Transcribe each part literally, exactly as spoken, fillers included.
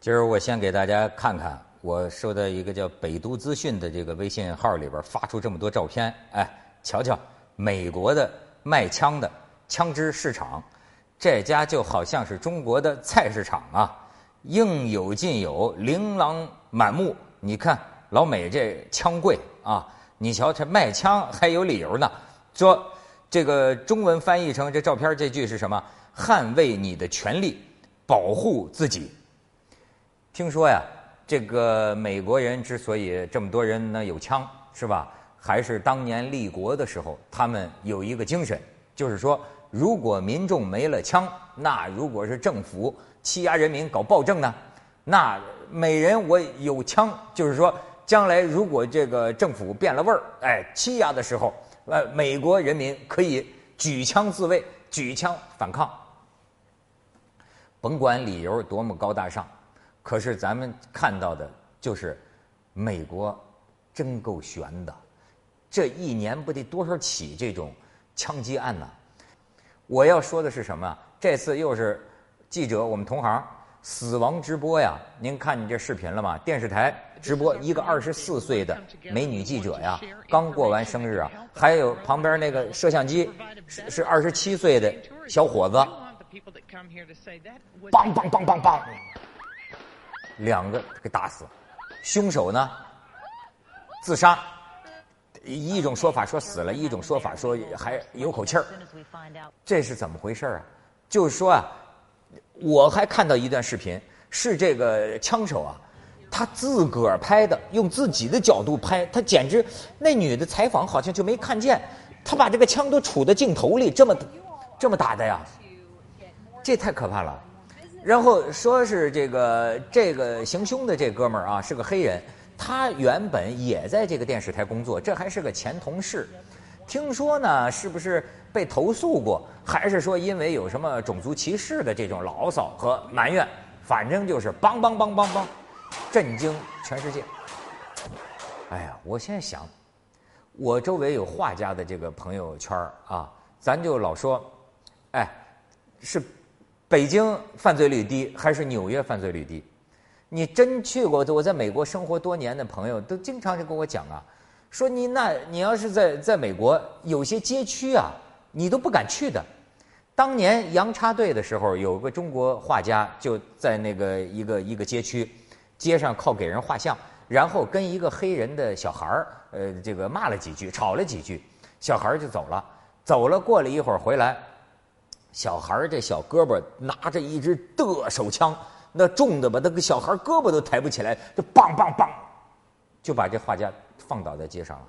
今儿我先给大家看看我收到一个叫北都资讯的这个微信号里边发出这么多照片，哎，瞧瞧美国的卖枪的枪支市场，这家就好像是中国的菜市场啊，应有尽有，琳琅满目。你看老美这枪柜啊，你瞧这卖枪还有理由呢。说这个中文翻译成这照片这句是什么？捍卫你的权利，保护自己。听说呀，这个美国人之所以这么多人呢有枪，是吧？还是当年立国的时候，他们有一个精神，就是说，如果民众没了枪，那如果是政府欺压人民搞暴政呢，那每人我有枪，就是说，将来如果这个政府变了味儿，哎，欺压的时候，呃，美国人民可以举枪自卫，举枪反抗，甭管理由多么高大上。可是咱们看到的就是美国真够悬的，这一年不得多少起这种枪击案呢？我要说的是什么？这次又是记者，我们同行死亡直播呀！您看你这视频了吗？电视台直播一个二十四岁的美女记者呀，刚过完生日啊，还有旁边那个摄像机是是二十七岁的小伙子，梆梆梆梆梆。两个给打死，凶手呢自杀，一种说法说死了，一种说法说还有口气儿，这是怎么回事啊？就是说啊，我还看到一段视频，是这个枪手啊，他自个儿拍的，用自己的角度拍，他简直那女的采访好像就没看见，他把这个枪都杵在镜头里，这么这么打的呀，这太可怕了。然后说是这个这个行凶的这哥们儿啊是个黑人，他原本也在这个电视台工作，这还是个前同事。听说呢，是不是被投诉过，还是说因为有什么种族歧视的这种牢骚和埋怨？反正就是梆梆梆梆梆，震惊全世界。哎呀，我现在想，我周围有画家的这个朋友圈啊，咱就老说，哎，是。北京犯罪率低还是纽约犯罪率低？你真去过？我在美国生活多年的朋友都经常就跟我讲啊，说你那你要是在在美国有些街区啊，你都不敢去的。当年洋插队的时候，有个中国画家就在那个一个一个街区，街上靠给人画像，然后跟一个黑人的小孩儿，呃，这个骂了几句，吵了几句，小孩就走了，走了过了一会儿回来。小孩这小胳膊拿着一支的手枪，那重的吧，那个小孩胳膊都抬不起来，就梆梆梆，就把这画家放倒在街上了。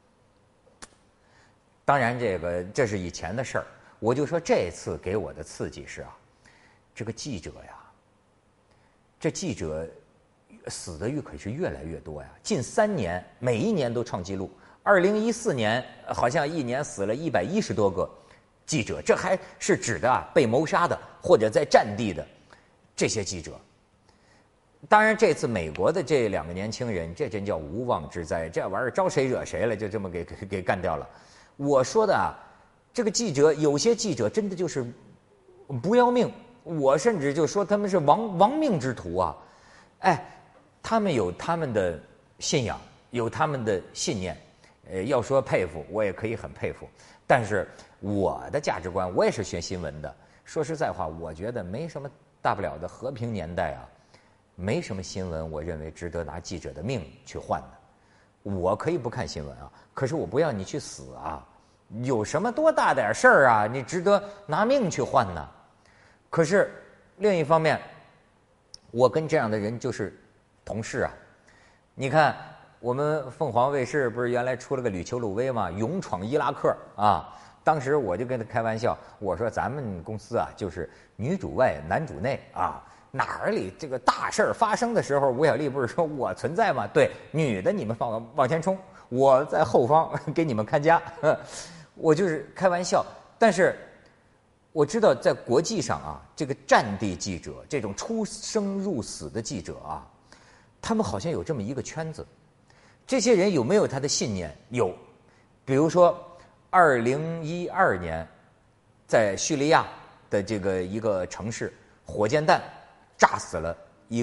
当然，这个这是以前的事儿，我就说这次给我的刺激是啊，这个记者呀，这记者死的率可是越来越多呀，近三年每一年都创纪录，二零一四年好像一年死了一百一十多个。记者，这还是指的啊被谋杀的或者在战地的这些记者。当然，这次美国的这两个年轻人，这真叫无妄之灾，这玩意儿招谁惹谁了，就这么给给给干掉了。我说的啊，这个记者有些记者真的就是不要命，我甚至就说他们是亡亡命之徒啊！哎，他们有他们的信仰，有他们的信念，呃，要说佩服，我也可以很佩服，但是。我的价值观，我也是学新闻的。说实在话，我觉得没什么大不了的，和平年代啊，没什么新闻，我认为值得拿记者的命去换的。我可以不看新闻啊，可是我不要你去死啊！有什么多大点事儿啊？你值得拿命去换呢？可是另一方面，我跟这样的人就是同事啊。你看，我们凤凰卫视不是原来出了个吕秋鲁威吗？勇闯伊拉克啊！当时我就跟他开玩笑，我说咱们公司啊，就是女主外男主内啊，哪儿里这个大事儿发生的时候，吴小莉不是说我存在吗？对，女的你们往往前冲，我在后方给你们看家，我就是开玩笑。但是我知道在国际上啊，这个战地记者，这种出生入死的记者啊，他们好像有这么一个圈子。这些人有没有他的信念？有，比如说。二零一二年，在叙利亚的这个一个城市，火箭弹炸死了一个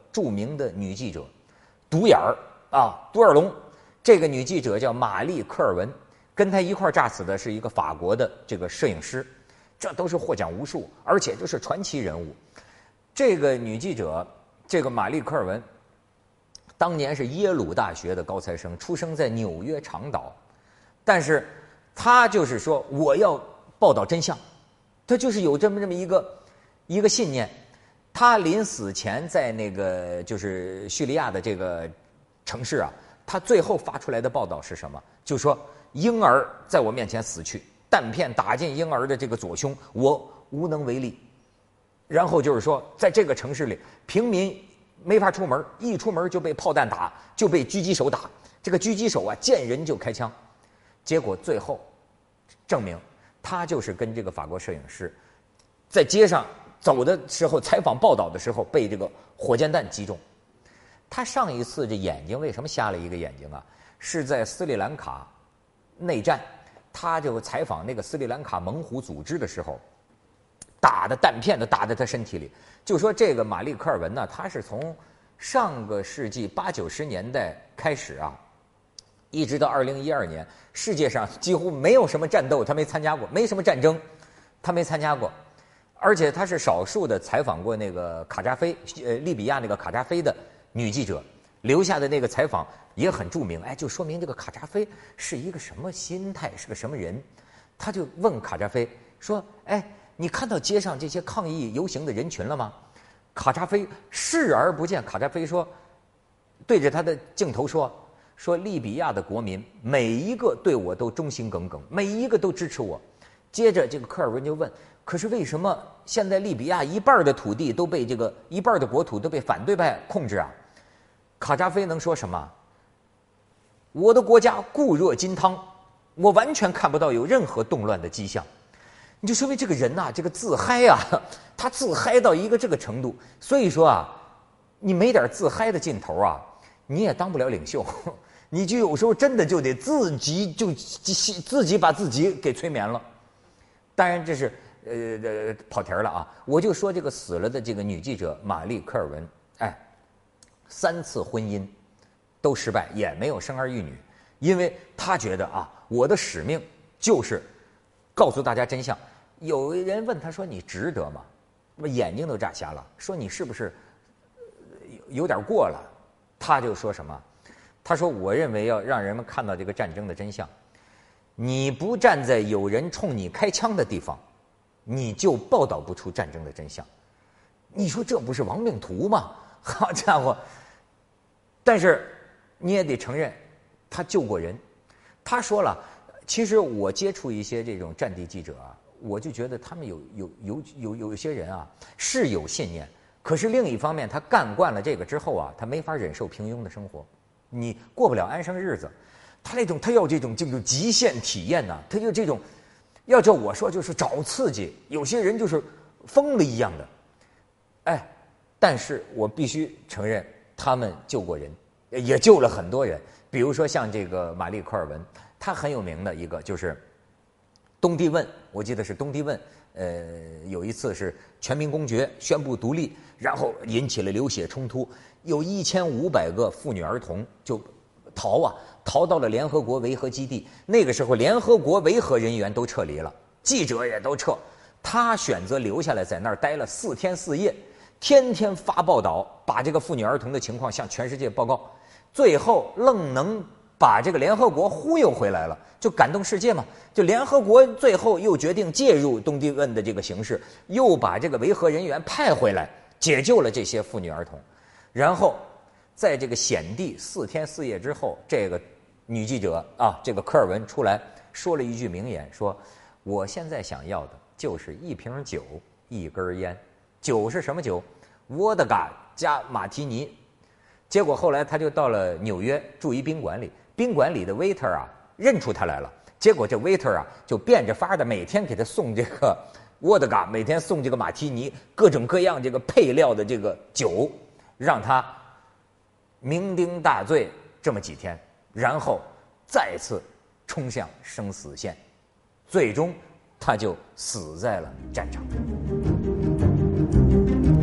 著名的女记者，独眼儿啊，独眼龙。这个女记者叫玛丽·科尔文，跟她一块儿炸死的是一个法国的这个摄影师，这都是获奖无数，而且都是传奇人物。这个女记者，这个玛丽·科尔文，当年是耶鲁大学的高材生，出生在纽约长岛，但是她就是说我要报道真相，她就是有这么这么一个一个信念。她临死前在那个就是叙利亚的这个城市啊，她最后发出来的报道是什么？就说婴儿在我面前死去，弹片打进婴儿的这个左胸，我无能为力。然后就是说，在这个城市里，平民没法出门，一出门就被炮弹打，就被狙击手打。这个狙击手啊，见人就开枪。结果最后证明，他就是跟这个法国摄影师在街上走的时候，采访报道的时候被这个火箭弹击中。他上一次这眼睛为什么瞎了一个眼睛啊？是在斯里兰卡内战，他就采访那个斯里兰卡猛虎组织的时候，打的弹片都打在他身体里。就说这个玛丽·科尔文呢，他是从上个世纪八九十年代开始啊，一直到二零一二年，世界上几乎没有什么战斗他没参加过，没什么战争他没参加过，而且他是少数的采访过那个卡扎菲，呃，利比亚那个卡扎菲的女记者，留下的那个采访也很著名。哎，就说明这个卡扎菲是一个什么心态，是个什么人。他就问卡扎菲说：“哎，你看到街上这些抗议游行的人群了吗？”卡扎菲视而不见。卡扎菲说，对着他的镜头说：“说利比亚的国民每一个对我都忠心耿耿，每一个都支持我。”接着这个科尔文就问：“可是为什么现在利比亚一半的土地都被这个一半的国土都被反对派控制啊？”卡扎菲能说什么？我的国家固若金汤，我完全看不到有任何动乱的迹象。你就说明这个人呐、啊，这个自嗨啊，他自嗨到一个这个程度。所以说啊，你没点自嗨的劲头啊，你也当不了领袖。你就有时候真的就得自己就自己把自己给催眠了。当然这是呃呃跑题了啊！我就说这个死了的这个女记者玛丽·科尔文，哎，三次婚姻都失败，也没有生儿育女，因为她觉得啊，我的使命就是告诉大家真相。有人问她说：“你值得吗？”我眼睛都炸瞎了，说你是不是有点过了？她就说什么？她说：“我认为要让人们看到这个战争的真相。你不站在有人冲你开枪的地方，你就报道不出战争的真相。”你说这不是亡命徒吗？好家伙！但是你也得承认，他救过人。他说了，其实我接触一些这种战地记者啊，我就觉得他们有有有有有一些人啊是有信念，可是另一方面，他干惯了这个之后啊，他没法忍受平庸的生活，你过不了安生日子。他那种他要这种这种极限体验呐、啊，他就这种，要叫我说就是找刺激。有些人就是疯了一样的，哎，但是我必须承认，他们救过人，也救了很多人。比如说像这个玛丽·科尔文，他很有名的一个就是东帝汶，我记得是东帝汶，呃，有一次是全民公决宣布独立，然后引起了流血冲突，有一千五百个妇女儿童就逃啊。逃到了联合国维和基地，那个时候联合国维和人员都撤离了，记者也都撤，他选择留下来，在那儿待了四天四夜，天天发报道，把这个妇女儿童的情况向全世界报告，最后愣能把这个联合国忽悠回来了，就感动世界嘛。就联合国最后又决定介入东帝汶的这个形势，又把这个维和人员派回来，解救了这些妇女儿童，然后在这个险地四天四夜之后，这个女记者啊，这个科尔文出来说了一句名言，说：“我现在想要的就是一瓶酒，一根烟。酒是什么酒？沃德嘎加马提尼。”结果后来他就到了纽约住一宾馆里，宾馆里的 waiter 啊认出他来了，结果这 waiter 啊就变着法的每天给他送这个沃德嘎，每天送这个马提尼，各种各样这个配料的这个酒，让他酩酊大醉这么几天，然后再次冲向生死线，最终他就死在了战场。